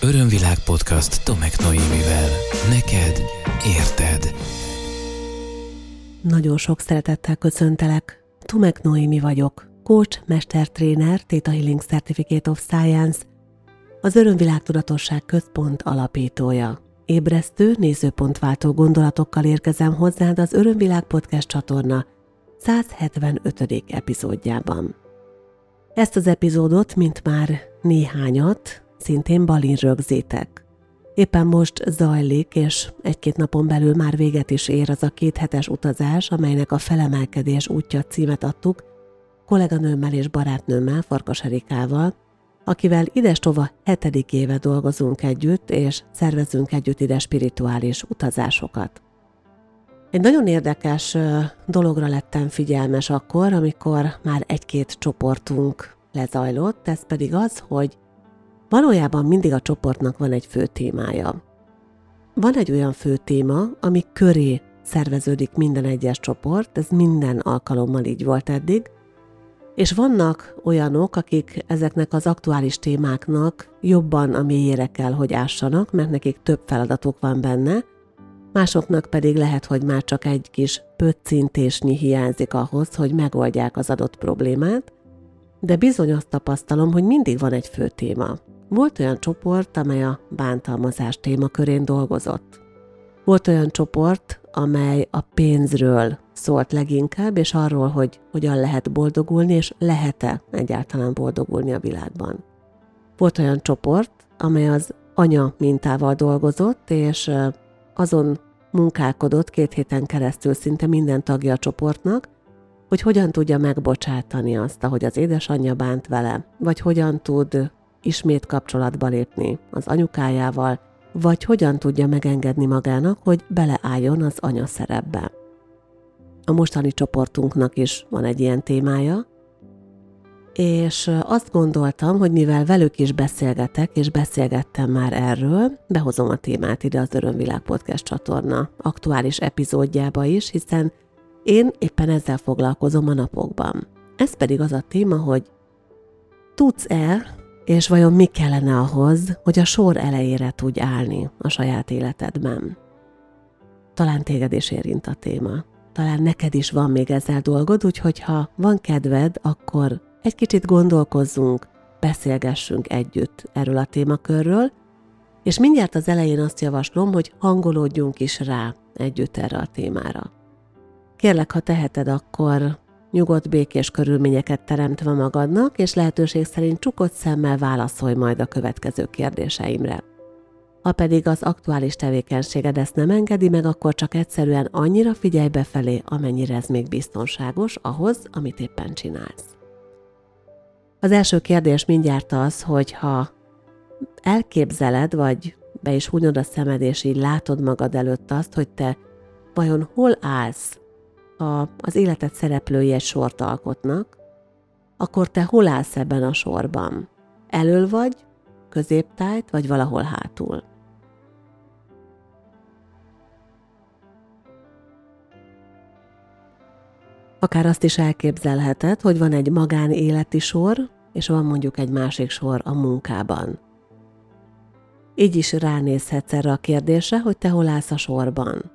Örömvilág podcast Tomek Noémivel. Neked érted. Nagyon sok szeretettel köszöntelek. Tomek Noémi vagyok, coach, mestertréner, Theta Healing Certificate of Science, az Örömvilág Tudatosság Központ alapítója. Ébresztő, nézőpontváltó gondolatokkal érkezem hozzád az Örömvilág podcast csatorna 175. epizódjában. Ezt az epizódot, mint már néhányat, szintén Balin rögzítek. Éppen most zajlik, és egy-két napon belül már véget is ér az a 2 hetes utazás, amelynek a Felemelkedés útja címet adtuk kolléganőmmel és barátnőmmel, Farkas Erikával, akivel idestova 7. éve dolgozunk együtt, és szervezünk együtt ide spirituális utazásokat. Egy nagyon érdekes dologra lettem figyelmes akkor, amikor már 1-2 csoportunk lezajlott, ez pedig az, hogy valójában mindig a csoportnak van egy fő témája. Van egy olyan fő téma, ami köré szerveződik minden egyes csoport, ez minden alkalommal így volt eddig, és vannak olyanok, akik ezeknek az aktuális témáknak jobban a mélyére kell, hogy ássanak, mert nekik több feladatuk van benne, másoknak pedig lehet, hogy már csak egy kis pöccintésnyi hiányzik ahhoz, hogy megoldják az adott problémát, de bizony azt tapasztalom, hogy mindig van egy fő téma. Volt olyan csoport, amely a bántalmazás témakörén dolgozott. Volt olyan csoport, amely a pénzről szólt leginkább, és arról, hogy hogyan lehet boldogulni, és lehet-e egyáltalán boldogulni a világban. Volt olyan csoport, amely az anya mintával dolgozott, és azon munkálkodott 2 héten keresztül szinte minden tagja a csoportnak, hogy hogyan tudja megbocsátani azt, ahogy az édesanyja bánt vele, vagy hogyan tud ismét kapcsolatba lépni az anyukájával, vagy hogyan tudja megengedni magának, hogy beleálljon az anya szerepbe. A mostani csoportunknak is van egy ilyen témája, és azt gondoltam, hogy mivel velük is beszélgetek, és beszélgettem már erről, behozom a témát ide az Örömvilág podcast csatorna aktuális epizódjába is, hiszen én éppen ezzel foglalkozom a napokban. Ez pedig az a téma, hogy tudsz-e, és vajon mi kellene ahhoz, hogy a sor elejére tudj állni a saját életedben? Talán téged is érint a téma. Talán neked is van még ezzel dolgod, úgyhogy ha van kedved, akkor egy kicsit gondolkozzunk, beszélgessünk együtt erről a témakörről, és mindjárt az elején azt javaslom, hogy hangolódjunk is rá együtt erre a témára. Kérlek, ha teheted, akkor nyugodt, békés körülményeket teremtve magadnak, és lehetőség szerint csukott szemmel válaszolj majd a következő kérdéseimre. Ha pedig az aktuális tevékenységed ezt nem engedi meg, akkor csak egyszerűen annyira figyelj befelé, amennyire ez még biztonságos ahhoz, amit éppen csinálsz. Az első kérdés mindjárt az, hogy ha elképzeled, vagy be is hunyod a szemed, és így látod magad előtt azt, hogy te vajon hol állsz, az életed szereplői egy sort alkotnak, akkor te hol állsz ebben a sorban? Elől vagy, középtájt, vagy valahol hátul? Akár azt is elképzelheted, hogy van egy magánéleti sor, és van mondjuk egy másik sor a munkában. Így is ránézhetsz erre a kérdésre, hogy te hol állsz a sorban.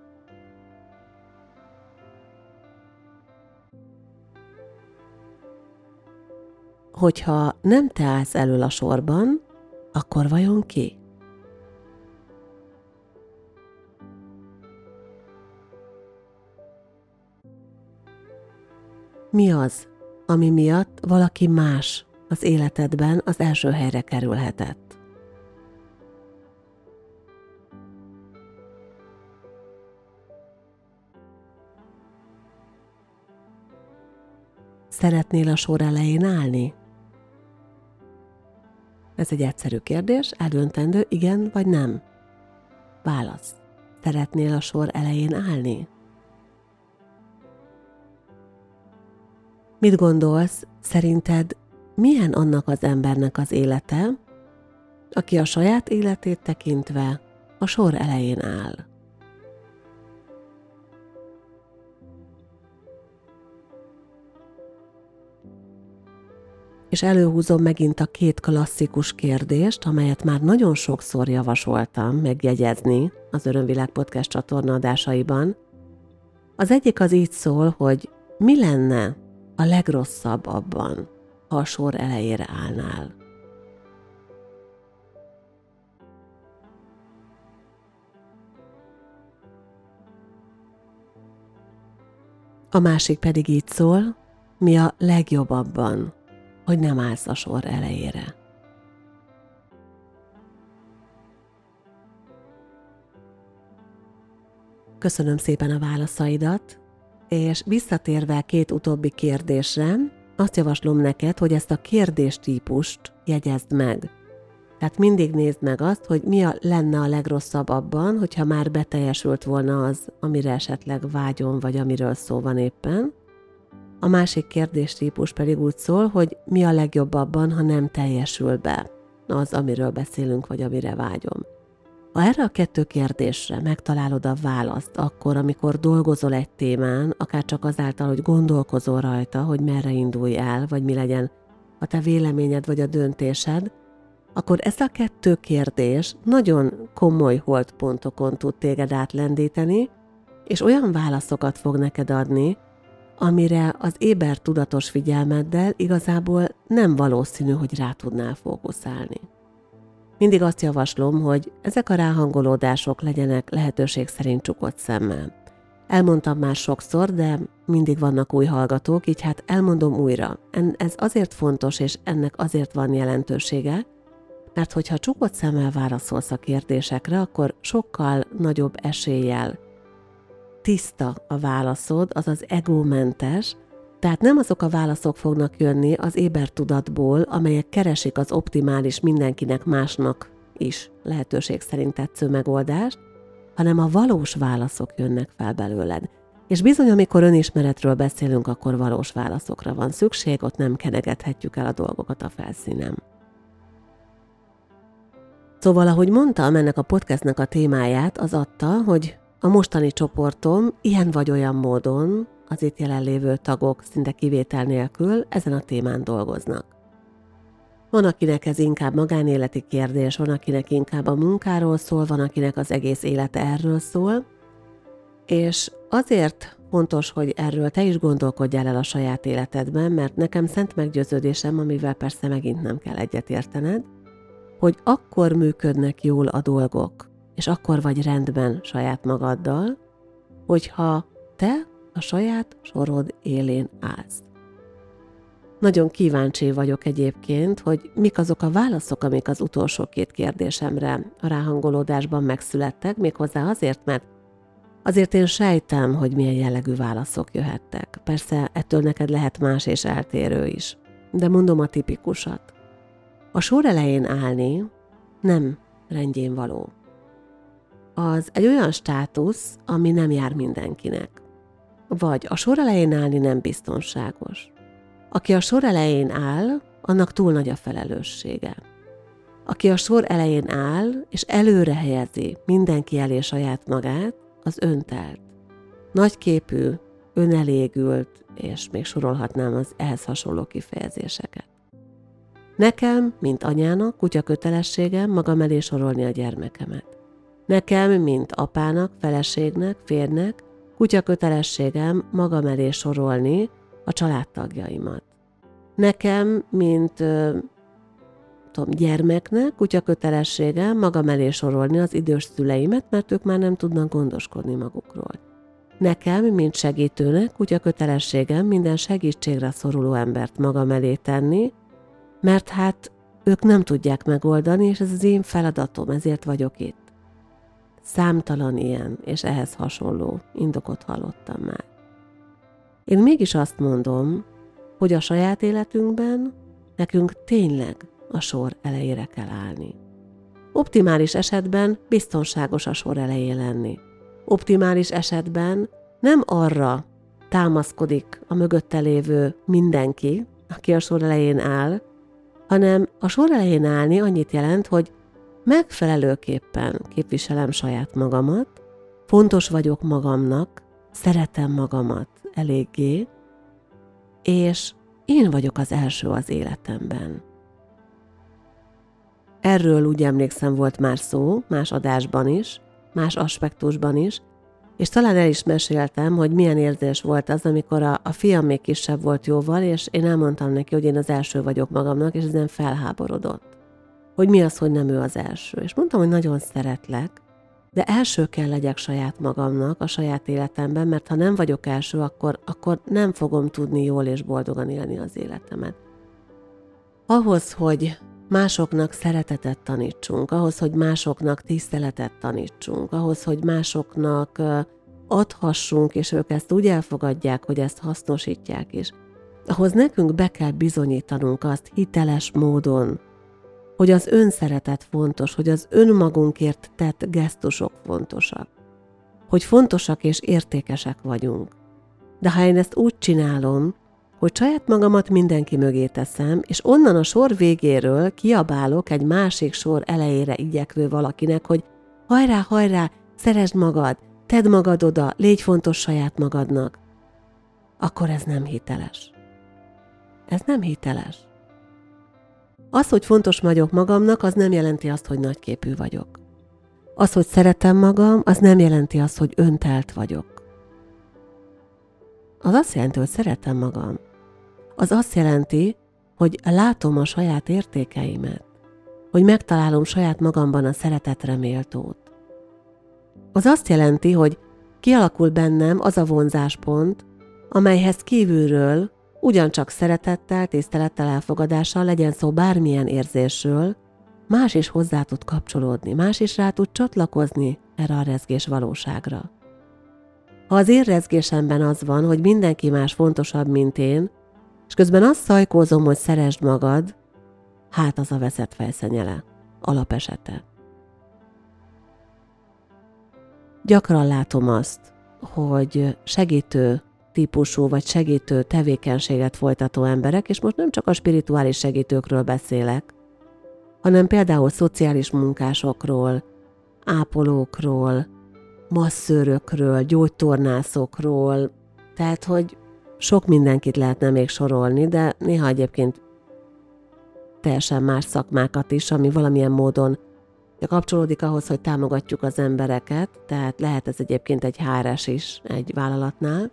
Hogyha nem te állsz elől a sorban, akkor vajon ki? Mi az, ami miatt valaki más az életedben az első helyre kerülhetett? Szeretnél a sor elején állni? Ez egy egyszerű kérdés, eldöntendő, igen vagy nem. Válasz. Szeretnél a sor elején állni? Mit gondolsz, szerinted milyen annak az embernek az élete, aki a saját életét tekintve a sor elején áll? és előhúzom megint a 2 klasszikus kérdést, amelyet már nagyon sokszor javasoltam megjegyezni az Örömvilág Podcast csatorna adásaiban. Az egyik az így szól, hogy mi lenne a legrosszabb abban, ha a sor elejére állnál. A másik pedig így szól, mi a legjobb abban, hogy nem állsz a sor elejére. Köszönöm szépen a válaszaidat, és visszatérve 2 utóbbi kérdésre, azt javaslom neked, hogy ezt a kérdéstípust jegyezd meg. Tehát mindig nézd meg azt, hogy mi lenne a legrosszabb abban, hogyha már beteljesült volna az, amire esetleg vágyom, vagy amiről szó van éppen. A másik kérdéstípus pedig úgy szól, hogy mi a legjobb abban, ha nem teljesül be az, amiről beszélünk, vagy amire vágyom. Ha erre a 2 kérdésre megtalálod a választ akkor, amikor dolgozol egy témán, akár csak azáltal, hogy gondolkozol rajta, hogy merre indulj el, vagy mi legyen a te véleményed, vagy a döntésed, akkor ez a 2 kérdés nagyon komoly holdpontokon tud téged átlendíteni, és olyan válaszokat fog neked adni, amire az éber tudatos figyelmeddel igazából nem valószínű, hogy rá tudnál fókuszálni. Mindig azt javaslom, hogy ezek a ráhangolódások legyenek lehetőség szerint csukott szemmel. Elmondtam már sokszor, de mindig vannak új hallgatók, így hát elmondom újra. Ez azért fontos, és ennek azért van jelentősége, mert hogyha csukott szemmel válaszolsz a kérdésekre, akkor sokkal nagyobb eséllyel tiszta a válaszod, azaz egómentes, tehát nem azok a válaszok fognak jönni az ébertudatból, amelyek keresik az optimális, mindenkinek másnak is lehetőség szerint tetsző megoldást, hanem a valós válaszok jönnek fel belőled. És bizony, amikor önismeretről beszélünk, akkor valós válaszokra van szükség, ott nem kenegethetjük el a dolgokat a felszínen. Szóval, ahogy mondtam, ennek a podcastnek a témáját az adta, hogy a mostani csoportom ilyen vagy olyan módon az itt jelenlévő tagok szinte kivétel nélkül ezen a témán dolgoznak. Van, akinek ez inkább magánéleti kérdés, van, akinek inkább a munkáról szól, van, akinek az egész élete erről szól, és azért fontos, hogy erről te is gondolkodjál el a saját életedben, mert nekem szent meggyőződésem, amivel persze megint nem kell egyetértened, hogy akkor működnek jól a dolgok, és akkor vagy rendben saját magaddal, hogyha te a saját sorod élén állsz. Nagyon kíváncsi vagyok egyébként, hogy mik azok a válaszok, amik az utolsó 2 kérdésemre a ráhangolódásban megszülettek, méghozzá azért, mert azért én sejtem, hogy milyen jellegű válaszok jöhettek. Persze ettől neked lehet más és eltérő is, de mondom a tipikusat. A sor elején állni nem rendjén való. Az egy olyan státusz, ami nem jár mindenkinek. Vagy a sor elején állni nem biztonságos. Aki a sor elején áll, annak túl nagy a felelőssége. Aki a sor elején áll, és előre helyezi mindenki elé saját magát, az öntelt. Nagyképű, önelégült, és még sorolhatnám az ehhez hasonló kifejezéseket. Nekem, mint anyának, kutya kötelességem magam elé sorolni a gyermekemet. Nekem, mint apának, feleségnek, férnek, kutya kötelességem magam elé sorolni a családtagjaimat. Nekem, mint gyermeknek, kutya kötelességem magam elé sorolni az idős szüleimet, mert ők már nem tudnak gondoskodni magukról. Nekem, mint segítőnek, kutya kötelességem minden segítségre szoruló embert magam elé tenni, mert hát ők nem tudják megoldani, és ez az én feladatom, ezért vagyok itt. Számtalan ilyen, és ehhez hasonló indokot hallottam már. Én mégis azt mondom, hogy a saját életünkben nekünk tényleg a sor elejére kell állni. Optimális esetben biztonságos a sor elején lenni. Optimális esetben nem arra támaszkodik a mögötte lévő mindenki, aki a sor elején áll, hanem a sor elején állni annyit jelent, hogy megfelelőképpen képviselem saját magamat, fontos vagyok magamnak, szeretem magamat eléggé, és én vagyok az első az életemben. Erről úgy emlékszem volt már szó, más adásban is, más aspektusban is, és talán el is meséltem, hogy milyen érzés volt az, amikor a fiam még kisebb volt jóval, és én elmondtam neki, hogy én az első vagyok magamnak, és ezen felháborodott. Hogy mi az, hogy nem ő az első. És mondtam, hogy nagyon szeretlek, de első kell legyek saját magamnak, a saját életemben, mert ha nem vagyok első, akkor nem fogom tudni jól és boldogan élni az életemet. Ahhoz, hogy másoknak szeretetet tanítsunk, ahhoz, hogy másoknak tiszteletet tanítsunk, ahhoz, hogy másoknak adhassunk, és ők ezt úgy elfogadják, hogy ezt hasznosítják is, ahhoz nekünk be kell bizonyítanunk azt hiteles módon, hogy az önszeretet fontos, hogy az önmagunkért tett gesztusok fontosak, hogy fontosak és értékesek vagyunk. De ha én ezt úgy csinálom, hogy saját magamat mindenki mögé teszem, és onnan a sor végéről kiabálok egy másik sor elejére igyekvő valakinek, hogy hajrá, hajrá, szeresd magad, tedd magad oda, légy fontos saját magadnak, akkor ez nem hiteles. Ez nem hiteles. Az, hogy fontos vagyok magamnak, az nem jelenti azt, hogy nagyképű vagyok. Az, hogy szeretem magam, az nem jelenti azt, hogy öntelt vagyok. Az azt jelenti, hogy szeretem magam. Az azt jelenti, hogy látom a saját értékeimet, hogy megtalálom saját magamban a szeretetre méltót. Az azt jelenti, hogy kialakul bennem az a vonzáspont, amelyhez kívülről ugyancsak szeretettel, tisztelettel, elfogadással, legyen szó bármilyen érzésről, más is hozzá tud kapcsolódni, más is rá tud csatlakozni erre a rezgés valóságra. Ha az én rezgésemben az van, hogy mindenki más fontosabb, mint én, és közben azt szajkózom, hogy szeresd magad, hát az a veszett fejszennyele, alapesete. Gyakran látom azt, hogy segítő típusú vagy segítő tevékenységet folytató emberek, és most nem csak a spirituális segítőkről beszélek, hanem például szociális munkásokról, ápolókról, masszőrökről, gyógytornászokról, tehát, hogy sok mindenkit lehetne még sorolni, de néha egyébként teljesen más szakmákat is, ami valamilyen módon kapcsolódik ahhoz, hogy támogatjuk az embereket, tehát lehet ez egyébként egy HRS is egy vállalatnál.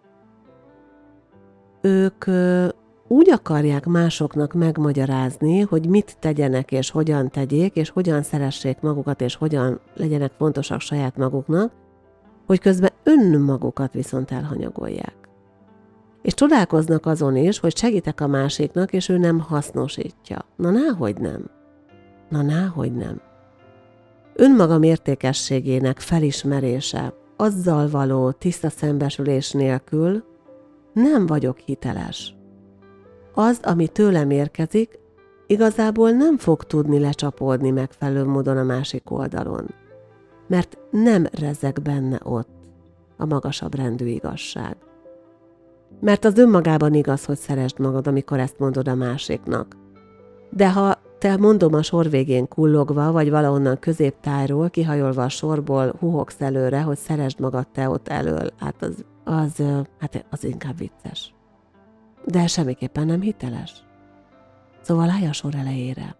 Ők úgy akarják másoknak megmagyarázni, hogy mit tegyenek és hogyan tegyék, és hogyan szeressék magukat, és hogyan legyenek fontosak saját maguknak, hogy közben önmagukat viszont elhanyagolják. És csodálkoznak azon is, hogy segítek a másiknak, és ő nem hasznosítja. Na náhogy nem. Na náhogy nem. Önmagam értékességének felismerése, azzal való tiszta szembesülés nélkül nem vagyok hiteles. Az, ami tőlem érkezik, igazából nem fog tudni lecsapódni megfelelő módon a másik oldalon, mert nem rezeg benne ott a magasabb rendű igazság. Mert az önmagában igaz, hogy szeresd magad, amikor ezt mondod a másiknak. De ha te mondom a sor végén kullogva, vagy valahonnan középtájról, kihajolva a sorból huhogsz előre, hogy szeresd magad te ott elől, hát az inkább vicces. De semmiképpen nem hiteles. Szóval állj a sor elejére.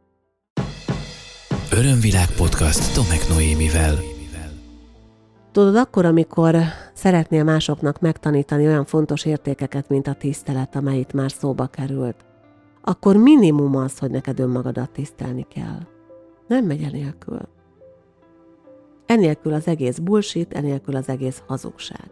Örömvilág podcast Tomek Noémivel. Tudod, akkor, amikor szeretnél másoknak megtanítani olyan fontos értékeket, mint a tisztelet, amely itt már szóba került, akkor minimum az, hogy neked önmagadat tisztelni kell. Nem megy enélkül. Enélkül az egész bullshit, enélkül az egész hazugság.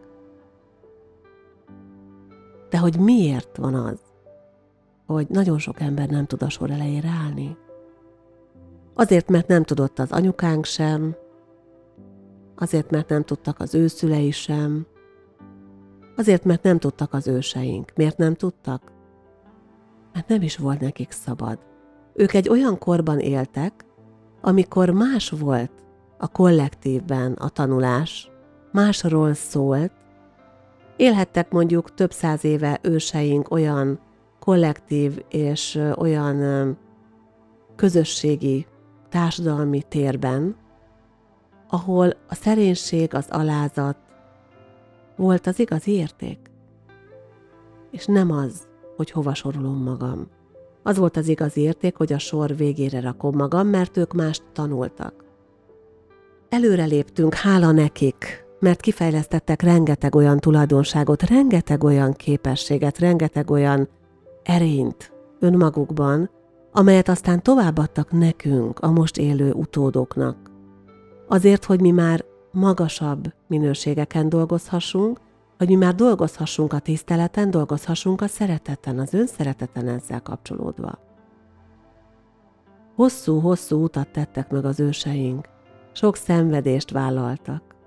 De hogy miért van az, hogy nagyon sok ember nem tud a sor elejére állni? Azért, mert nem tudott az anyukánk sem, azért, mert nem tudtak az őszülei sem, azért, mert nem tudtak az őseink. Miért nem tudtak? Mert nem is volt nekik szabad. Ők egy olyan korban éltek, amikor más volt a kollektívben a tanulás, másról szólt. Élhettek mondjuk több száz éve őseink olyan kollektív és olyan közösségi, társadalmi térben, ahol a szerénység, az alázat volt az igazi érték. És nem az, hogy hova sorolom magam. Az volt az igazi érték, hogy a sor végére rakom magam, mert ők mást tanultak. Előre léptünk, hála nekik, mert kifejlesztettek rengeteg olyan tulajdonságot, rengeteg olyan képességet, rengeteg olyan erényt önmagukban, amelyet aztán továbbadtak nekünk, a most élő utódoknak. Azért, hogy mi már magasabb minőségeken dolgozhassunk, hogy mi már dolgozhassunk a tiszteleten, dolgozhassunk a szereteten, az önszereteten ezzel kapcsolódva. Hosszú-hosszú utat tettek meg az őseink, sok szenvedést vállaltak.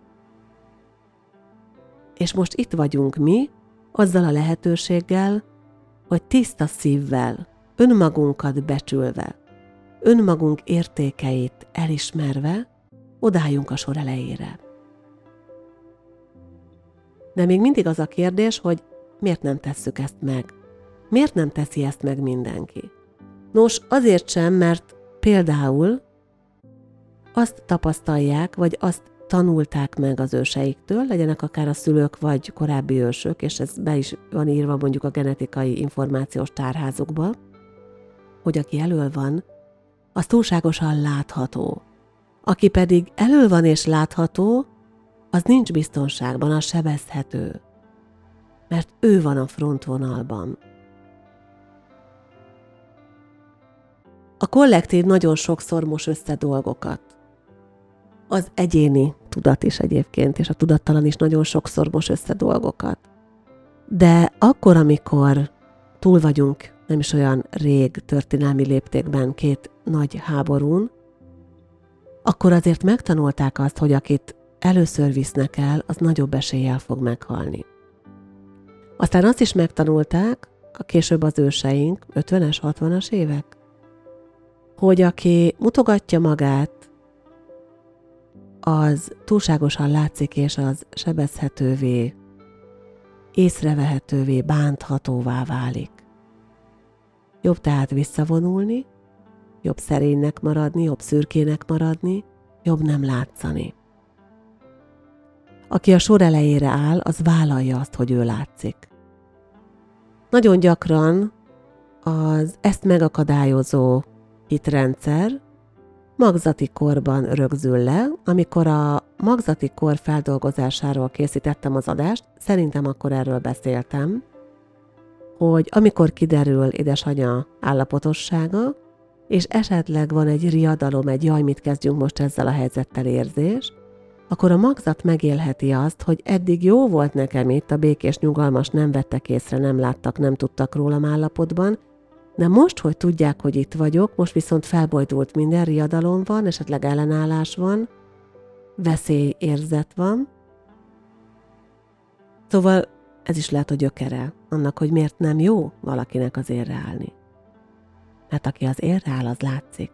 És most itt vagyunk mi, azzal a lehetőséggel, hogy tiszta szívvel, önmagunkat becsülve, önmagunk értékeit elismerve, odálljunk a sor elejére. De még mindig az a kérdés, hogy miért nem tesszük ezt meg? Miért nem teszi ezt meg mindenki? Nos, azért sem, mert például azt tapasztalják, vagy azt tanulták meg az őseiktől, legyenek akár a szülők, vagy korábbi ősök, és ez be is van írva mondjuk a genetikai információs tárházukba, hogy aki elől van, az túlságosan látható. Aki pedig elől van és látható, az nincs biztonságban, az sebezhető, mert ő van a frontvonalban. A kollektív nagyon sokszor mos össze dolgokat. Az egyéni tudat is egyébként, és a tudattalan is nagyon sokszor mos össze dolgokat. De akkor, amikor túl vagyunk, nem is olyan rég történelmi léptékben 2 nagy háborún, akkor azért megtanulták azt, hogy akit először visznek el, az nagyobb eséllyel fog meghalni. Aztán azt is megtanulták, a később az őseink, 50-es, 60-as évek, hogy aki mutogatja magát, az túlságosan látszik, és az sebezhetővé, észrevehetővé, bánthatóvá válik. Jobb tehát visszavonulni, jobb szerénynek maradni, jobb szürkének maradni, jobb nem látszani. Aki a sor elejére áll, az vállalja azt, hogy ő látszik. Nagyon gyakran az ezt megakadályozó hitrendszer magzati korban rögzül le. Amikor a magzati kor feldolgozásáról készítettem az adást, szerintem akkor erről beszéltem, hogy amikor kiderül édesanyja állapotossága, és esetleg van egy riadalom, egy jaj, mit kezdjünk most ezzel a helyzettel érzés, akkor a magzat megélheti azt, hogy eddig jó volt nekem itt, a békés, nyugalmas, nem vettek észre, nem láttak, nem tudtak rólam állapotban, de most, hogy tudják, hogy itt vagyok, most viszont felbojdult minden, riadalom van, esetleg ellenállás van, veszélyérzet van. Szóval ez is lehet a gyökere annak, hogy miért nem jó valakinek az érre állni. Mert aki az érre áll, az látszik.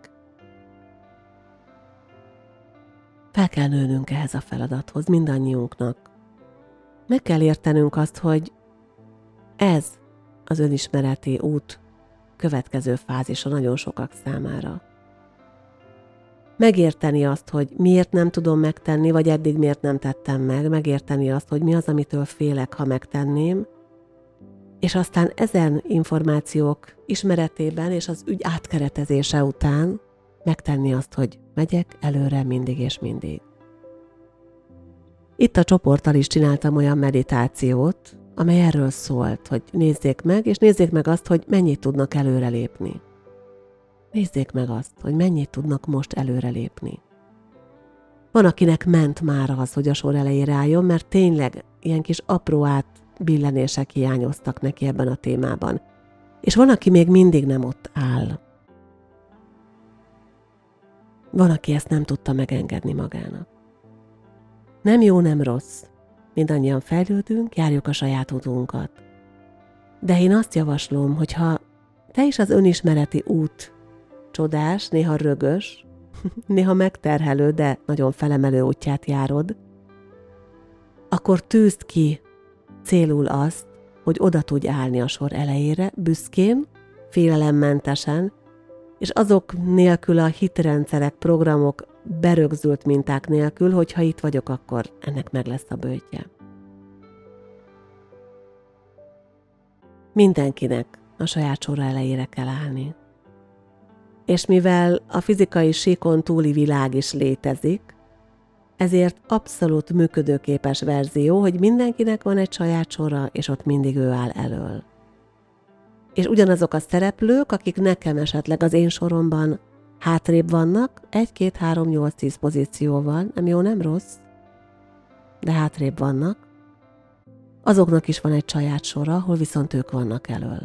Fel kell nőnünk ehhez a feladathoz, mindannyiunknak. Meg kell értenünk azt, hogy ez az önismereti út következő fázisa nagyon sokak számára. Megérteni azt, hogy miért nem tudom megtenni, vagy eddig miért nem tettem meg, megérteni azt, hogy mi az, amitől félek, ha megtenném, és aztán ezen információk ismeretében és az ügy átkeretezése után megtenni azt, hogy megyek előre mindig és mindig. Itt a csoporttal is csináltam olyan meditációt, amely erről szólt, hogy nézzék meg, és nézzék meg azt, hogy mennyit tudnak előrelépni. Nézzék meg azt, hogy mennyit tudnak most előrelépni. Van, akinek ment már az, hogy a sor elejére álljon, mert tényleg ilyen kis apró átbillenések hiányoztak neki ebben a témában. És van, aki még mindig nem ott áll. Van, aki ezt nem tudta megengedni magának. Nem jó, nem rossz. Mindannyian fejlődünk, járjuk a saját utunkat. De én azt javaslom, hogy ha te is az önismereti út csodás, néha rögös, néha megterhelő, de nagyon felemelő útját járod, akkor tűzd ki célul azt, hogy oda tudj állni a sor elejére, büszkén, félelemmentesen, és azok nélkül, a hitrendszerek, programok, berögzült minták nélkül, hogy ha itt vagyok, akkor ennek meg lesz a böjtje. Mindenkinek a saját sora elejére kell állni. És mivel a fizikai síkon túli világ is létezik, ezért abszolút működőképes verzió, hogy mindenkinek van egy saját sora, és ott mindig ő áll elől. És ugyanazok a szereplők, akik nekem esetleg az én soromban hátrébb vannak, 1, 2, 3, 8, 10 pozícióval, nem jó, nem rossz, de hátrébb vannak, azoknak is van egy saját sora, ahol viszont ők vannak elől.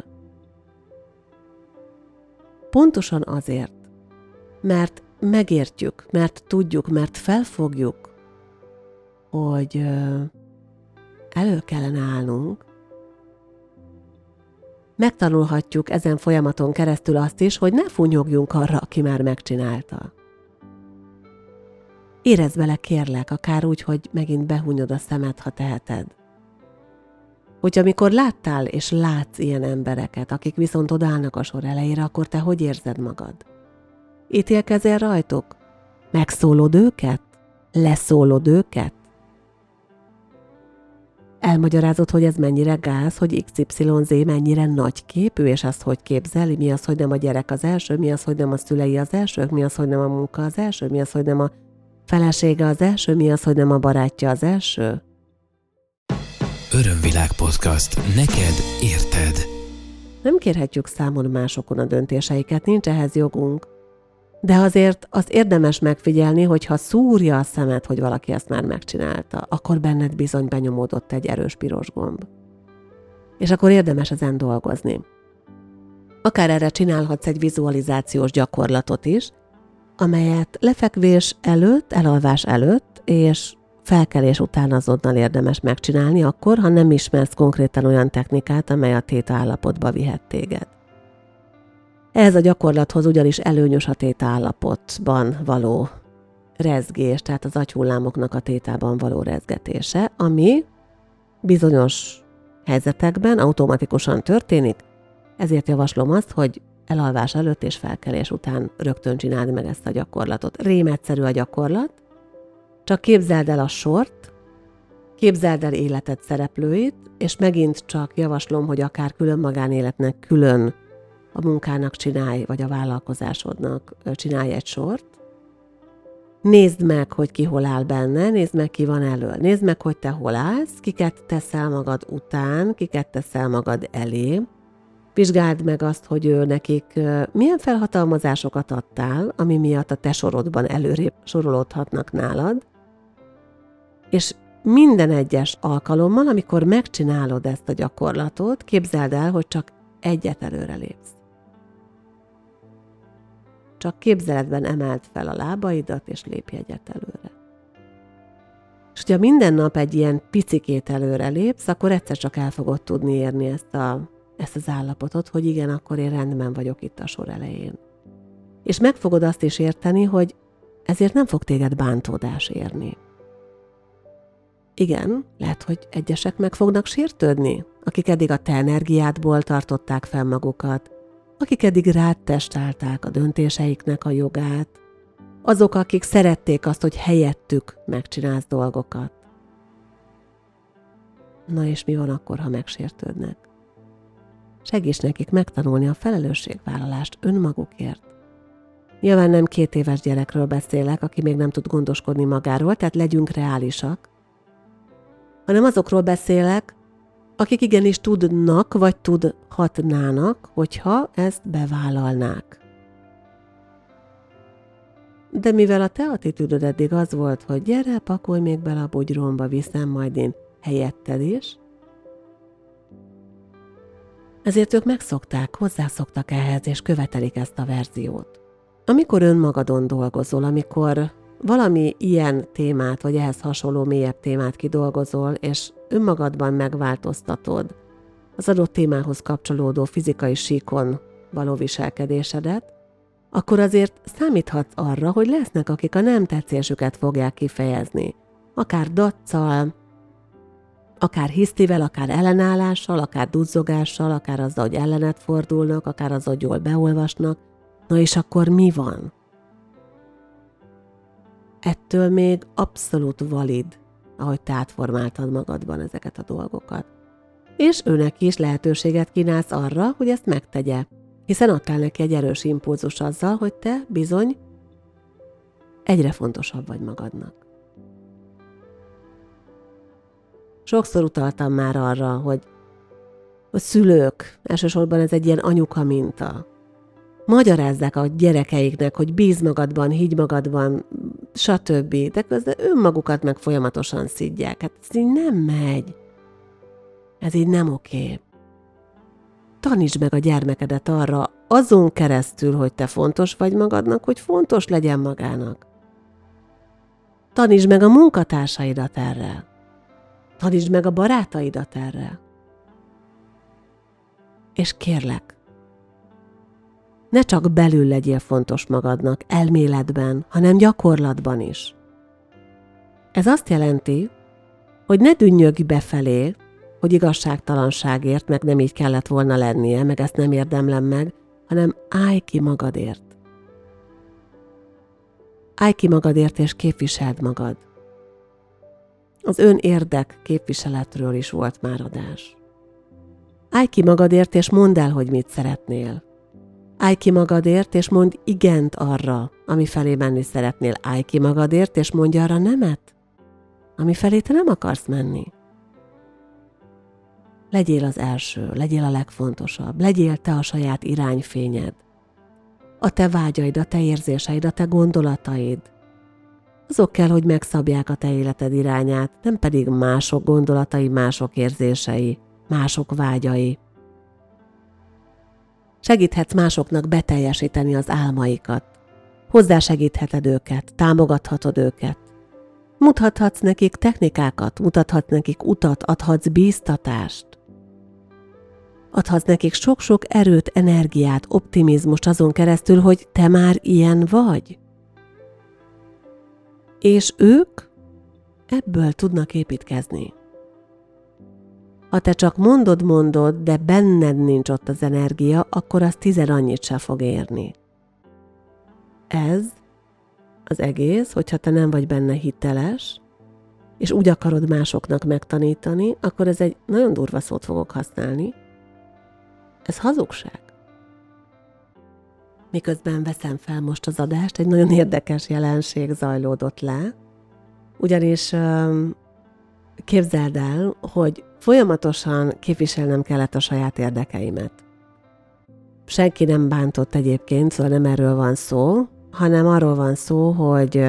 Pontosan azért, mert megértjük, mert tudjuk, mert felfogjuk, hogy elő kellene állnunk, megtanulhatjuk ezen folyamaton keresztül azt is, hogy ne fúnyogjunk arra, aki már megcsinálta. Érezd bele, kérlek, akár úgy, hogy megint behúnyod a szemed, ha teheted. Hogy amikor láttál és látsz ilyen embereket, akik viszont odaállnak a sor elejére, akkor te hogy érzed magad? Ítélkezel rajtuk? Megszólod őket? Leszólod őket? Elmagyarázod, hogy ez mennyire gáz, hogy XYZ mennyire nagyképű, és azt hogy képzeli, mi az, hogy nem a gyerek az első, mi az, hogy nem a szülei az elsők, mi az, hogy nem a munka az első, mi az, hogy nem a felesége az első, mi az, hogy nem a barátja az első? Örömvilág podcast. Neked érted. Nem kérhetjük számon másokon a döntéseiket, nincs ehhez jogunk. De azért azt érdemes megfigyelni, hogy ha szúrja a szemed, hogy valaki ezt már megcsinálta, akkor benned bizony benyomódott egy erős piros gomb. És akkor érdemes ezen dolgozni. Akár erre csinálhatsz egy vizualizációs gyakorlatot is, amelyet lefekvés előtt, elalvás előtt és felkelés után azonnal érdemes megcsinálni, akkor, ha nem ismersz konkrétan olyan technikát, amely a theta állapotba vihet téged. Ehhez a gyakorlathoz ugyanis előnyös a theta állapotban való rezgés, tehát az agyhullámoknak a thétában való rezgetése, ami bizonyos helyzetekben automatikusan történik, ezért javaslom azt, hogy elalvás előtt és felkelés után rögtön csináld meg ezt a gyakorlatot. Rémegyszerű a gyakorlat, csak képzeld el a sort, képzeld el életed szereplőit, és megint csak javaslom, hogy akár külön magánéletnek, külön a munkának csinálj, vagy a vállalkozásodnak csinálj egy sort. Nézd meg, hogy ki hol áll benne, nézd meg, ki van elől. Nézd meg, hogy te hol állsz, kiket teszel magad után, kiket teszel magad elé. Vizsgáld meg azt, hogy nekik milyen felhatalmazásokat adtál, ami miatt a te sorodban előrébb sorolódhatnak nálad. És minden egyes alkalommal, amikor megcsinálod ezt a gyakorlatot, képzeld el, hogy csak egyet előre lépsz. Csak képzeletben emeld fel a lábaidat, és lépj egyet előre. És hogyha minden nap egy ilyen picikét előre lépsz, akkor egyszer csak el fogod tudni érni ezt az állapotot, hogy igen, akkor én rendben vagyok itt a sor elején. És meg fogod azt is érteni, hogy ezért nem fog téged bántódás érni. Igen, lehet, hogy egyesek meg fognak sértődni, akik eddig a te energiádból tartották fel magukat, akik eddig rád testálták a döntéseiknek a jogát, azok, akik szerették azt, hogy helyettük megcsinálsz dolgokat. Na és mi van akkor, ha megsértődnek? Segíts nekik megtanulni a felelősségvállalást önmagukért. Nyilván nem 2 éves gyerekről beszélek, aki még nem tud gondoskodni magáról, tehát legyünk reálisak, hanem azokról beszélek, akik igenis tudnak, vagy tudhatnának, hogyha ezt bevállalnák. De mivel a te attitűdöd eddig az volt, hogy gyere, pakolj még bele a bugyromba, viszem majd én helyetted is, ezért ők megszokták, hozzászoktak ehhez, és követelik ezt a verziót. Amikor önmagadon dolgozol, amikor valami ilyen témát, vagy ehhez hasonló mélyebb témát kidolgozol, és önmagadban megváltoztatod az adott témához kapcsolódó fizikai síkon való viselkedésedet, akkor azért számíthatsz arra, hogy lesznek, akik a nem tetszésüket fogják kifejezni. Akár daccal, akár hisztivel, akár ellenállással, akár duzzogással, akár azzal, hogy ellenet fordulnak, akár azzal, hogy jól beolvasnak. Na és akkor mi van? Ettől még abszolút valid, ahogy te átformáltad magadban ezeket a dolgokat. és őnek is lehetőséget kínálsz arra, hogy ezt megtegye, hiszen adtál neki egy erős impulzus azzal, hogy te bizony egyre fontosabb vagy magadnak. Sokszor utaltam már arra, hogy a szülők, elsősorban ez egy ilyen anyuka minta, magyarázzák a gyerekeiknek, hogy bíz magadban, higgy magadban, stb. De közben önmagukat meg folyamatosan szidják. Hát ez így nem megy. Ez így nem oké. Tanítsd meg a gyermekedet arra, azon keresztül, hogy te fontos vagy magadnak, hogy fontos legyen magának. Tanítsd meg a munkatársaidat erre. Tanítsd meg a barátaidat erre. És kérlek, ne csak belül legyél fontos magadnak, elméletben, hanem gyakorlatban is. Ez azt jelenti, hogy ne dünnyögj befelé, hogy igazságtalanságért, meg nem így kellett volna lennie, meg ezt nem érdemlem meg, hanem állj ki magadért. Állj ki magadért és képviseld magad. Az önérdek képviseletről is volt már adás. Állj ki magadért és mondd el, hogy mit szeretnél. Állj ki magadért és mondd igent arra, ami felé menni szeretnél. Állj ki magadért és mondj arra nemet, ami felé te nem akarsz menni. Legyél az első, legyél a legfontosabb, legyél te a saját irányfényed. A te vágyaid, a te érzéseid, a te gondolataid. Azok kell, hogy megszabják a te életed irányát, nem pedig mások gondolatai, mások érzései, mások vágyai. Segíthetsz másoknak beteljesíteni az álmaikat. Hozzásegítheted őket, támogathatod őket. Mutathatsz nekik technikákat, mutathatsz nekik utat, adhatsz bíztatást. Adhatsz nekik sok-sok erőt, energiát, optimizmust azon keresztül, hogy te már ilyen vagy. És ők ebből tudnak építkezni. Ha te csak mondod, de benned nincs ott az energia, akkor az 10 annyit se fog érni. Ez az egész, hogyha te nem vagy benne hiteles, és úgy akarod másoknak megtanítani, akkor ez egy nagyon durva szót fogok használni. Ez hazugság. Miközben veszem fel most az adást, egy nagyon érdekes jelenség zajlódott le, ugyanis képzeld el, hogy folyamatosan képviselnem kellett a saját érdekeimet. Senki nem bántott egyébként, szóval nem erről van szó, hanem arról van szó, hogy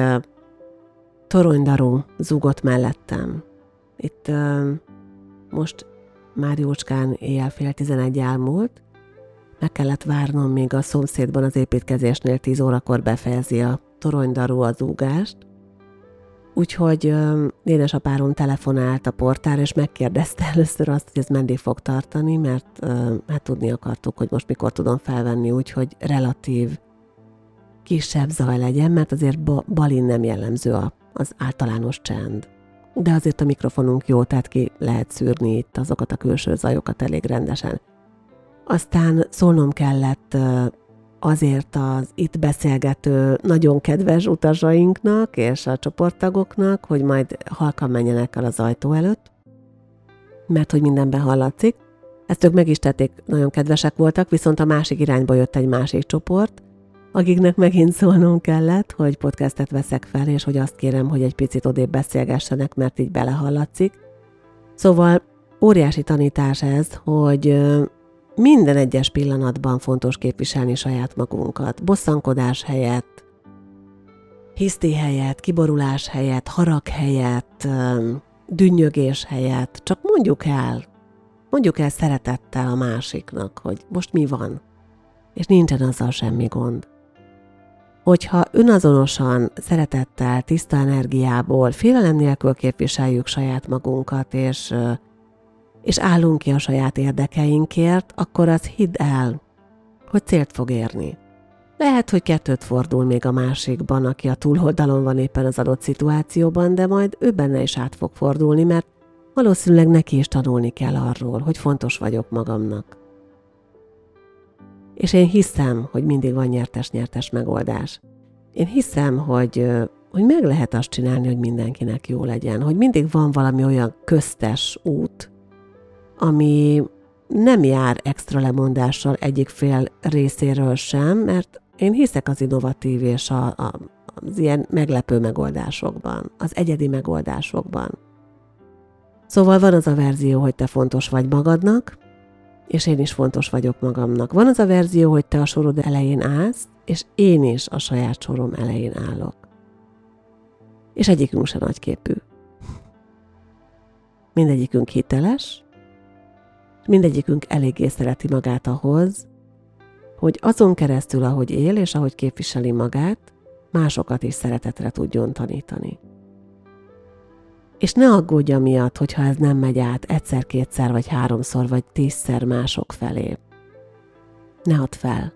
toronydarú zúgott mellettem. Itt most már jócskán éjjel 10:30 elmúlt, meg kellett várnom, míg a szomszédban az építkezésnél 10 órakor befejezi a toronydarú a zúgást. Úgyhogy édesapárom telefonált a portára, és megkérdezte először azt, hogy ez meddig fog tartani, mert hát tudni akartuk, hogy most mikor tudom felvenni, úgyhogy relatív kisebb zaj legyen, mert azért Balin nem jellemző az általános csend. De azért a mikrofonunk jó, tehát ki lehet szűrni itt azokat a külső zajokat elég rendesen. Aztán szólnom kellett azért az itt beszélgető nagyon kedves utasainknak és a csoporttagoknak, hogy majd halkan menjenek el az ajtó előtt, mert hogy mindenben hallatszik. Ezt ők meg is tették, nagyon kedvesek voltak, viszont a másik irányba jött egy másik csoport, akiknek megint szólnom kellett, hogy podcastet veszek fel, és hogy azt kérem, hogy egy picit odébb beszélgessenek, mert így belehallatszik. Szóval óriási tanítás ez, hogy minden egyes pillanatban fontos képviselni saját magunkat. Bosszankodás helyett, hiszti helyett, kiborulás helyett, harag helyett, dünnyögés helyett. Csak mondjuk el szeretettel a másiknak, hogy most mi van, és nincsen azzal semmi gond. Hogyha önazonosan, szeretettel, tiszta energiából, félelem nélkül képviseljük saját magunkat, és állunk ki a saját érdekeinkért, akkor az hidd el, hogy célt fog érni. Lehet, hogy 2 fordul még a másikban, aki a túloldalon van éppen az adott szituációban, de majd ő benne is át fog fordulni, mert valószínűleg neki is tanulni kell arról, hogy fontos vagyok magamnak. És én hiszem, hogy mindig van nyertes-nyertes megoldás. Én hiszem, hogy meg lehet azt csinálni, hogy mindenkinek jó legyen, hogy mindig van valami olyan köztes út, ami nem jár extra lemondással egyik fél részéről sem, mert én hiszek az innovatív és az ilyen meglepő megoldásokban, az egyedi megoldásokban. Szóval van az a verzió, hogy te fontos vagy magadnak, és én is fontos vagyok magamnak. Van az a verzió, hogy te a sorod elején állsz, és én is a saját sorom elején állok. És egyikünk se nagyképű. Mindegyikünk hiteles, mindegyikünk eléggé szereti magát ahhoz, hogy azon keresztül, ahogy él és ahogy képviseli magát, másokat is szeretetre tudjon tanítani. És ne aggódj amiatt, hogyha ez nem megy át egyszer, kétszer, vagy háromszor, vagy 10-szer mások felé. Ne add fel.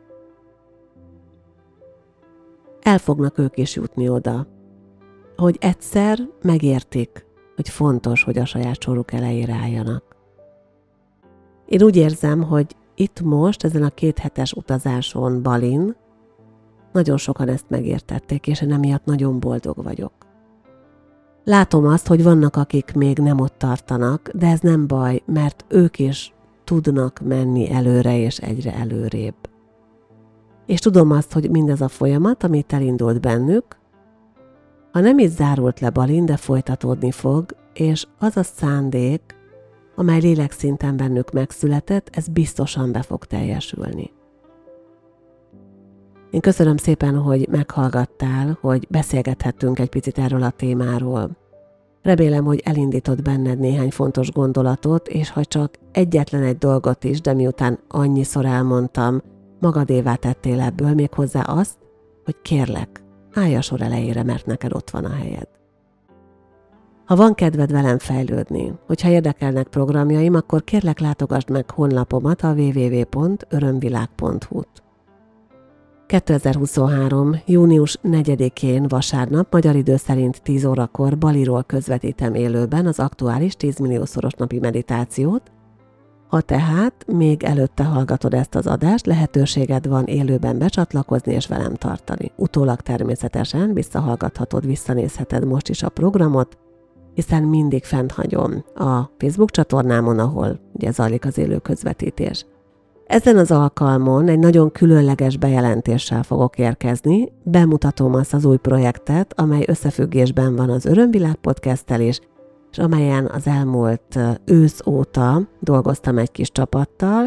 El fognak ők is jutni oda, hogy egyszer megértik, hogy fontos, hogy a saját soruk elejére álljanak. Én úgy érzem, hogy itt most, ezen a 2 hetes utazáson Balin, nagyon sokan ezt megértették, és én emiatt nagyon boldog vagyok. Látom azt, hogy vannak, akik még nem ott tartanak, de ez nem baj, mert ők is tudnak menni előre és egyre előrébb. És tudom azt, hogy mindez a folyamat, amit elindult bennük, ha nem is zárult le Balin, de folytatódni fog, és az a szándék, amely lélekszinten bennük megszületett, ez biztosan be fog teljesülni. Én köszönöm szépen, hogy meghallgattál, hogy beszélgethettünk egy picit erről a témáról. Remélem, hogy elindított benned néhány fontos gondolatot, és ha csak egyetlen egy dolgot is, de miután annyiszor elmondtam, magadévá tettél ebből, méghozzá azt, hogy kérlek, állj a sor elejére, mert neked ott van a helyed. Ha van kedved velem fejlődni, hogyha érdekelnek programjaim, akkor kérlek látogasd meg honlapomat, a www.örömvilág.hu-t. 2023. június 4-én vasárnap, magyar idő szerint 10 órakor Baliról közvetítem élőben az aktuális 10 milliószoros napi meditációt. Ha tehát még előtte hallgatod ezt az adást, lehetőséged van élőben becsatlakozni és velem tartani. Utólag természetesen visszahallgathatod, visszanézheted most is a programot, hiszen mindig fent hagyom a Facebook csatornámon, ahol ugye zajlik az élő közvetítés. Ezen az alkalmon egy nagyon különleges bejelentéssel fogok érkezni, bemutatom azt az új projektet, amely összefüggésben van az Örömvilág podcasttel is, és amelyen az elmúlt ősz óta dolgoztam egy kis csapattal,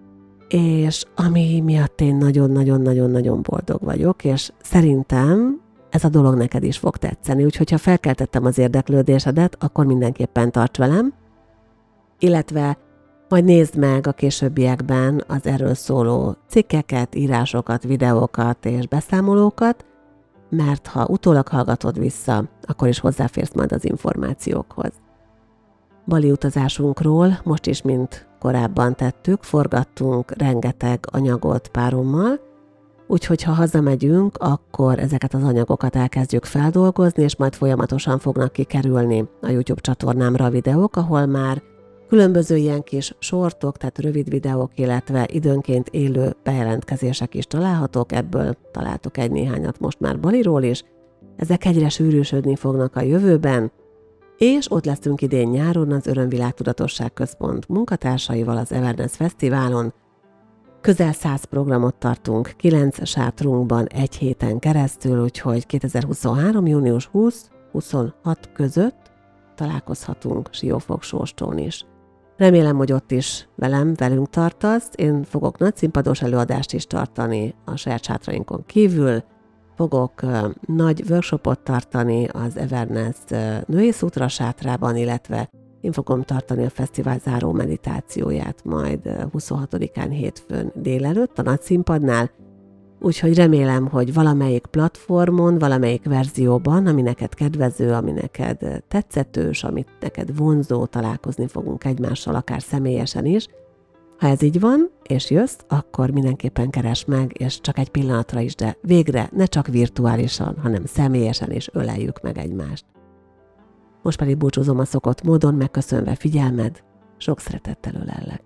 és ami miatt én nagyon-nagyon-nagyon-nagyon boldog vagyok, és szerintem ez a dolog neked is fog tetszeni, úgyhogy ha felkeltettem az érdeklődésedet, akkor mindenképpen tarts velem, illetve majd nézd meg a későbbiekben az erről szóló cikkeket, írásokat, videókat és beszámolókat, mert ha utólag hallgatod vissza, akkor is hozzáférsz majd az információkhoz. Bali utazásunkról most is, mint korábban tettük, forgattunk rengeteg anyagot párommal, úgyhogy ha hazamegyünk, akkor ezeket az anyagokat elkezdjük feldolgozni, és majd folyamatosan fognak kikerülni a YouTube csatornámra a videók, ahol már különböző ilyen kis sortok, tehát rövid videók, illetve időnként élő bejelentkezések is találhatók, ebből találtok egy-néhányat most már Baliról is. Ezek egyre sűrűsödni fognak a jövőben, és ott leszünk idén nyáron az Örömvilág Tudatosság Központ munkatársaival az Everness Fesztiválon. Közel 100 programot tartunk 9 sátrunkban egy héten keresztül, úgyhogy 2023. június 20-26 között találkozhatunk Siófok-Sóstón is. Remélem, hogy ott is velünk tartasz. Én fogok nagy színpados előadást is tartani a saját sátrainkon kívül. Fogok nagy workshopot tartani az Everness női szutra sátrában, illetve én fogom tartani a fesztivál záró meditációját majd 26-án hétfőn délelőtt a nagy színpadnál. Úgyhogy remélem, hogy valamelyik platformon, valamelyik verzióban, ami neked kedvező, ami neked tetszetős, amit neked vonzó, találkozni fogunk egymással, akár személyesen is. Ha ez így van, és jössz, akkor mindenképpen keresd meg, és csak egy pillanatra is, de végre ne csak virtuálisan, hanem személyesen is öleljük meg egymást. Most pedig búcsúzom a szokott módon, megköszönve figyelmed, sok szeretettel ölellek.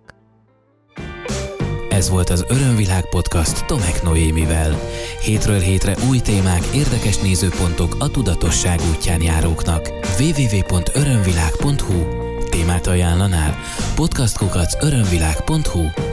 Ez volt az Örömvilág podcast Tomek Noémivel. Hétről hétre új témák, érdekes nézőpontok a tudatosság útján járóknak. www.örömvilág.hu témát ajánlanál? podcastkukac.örömvilág.hu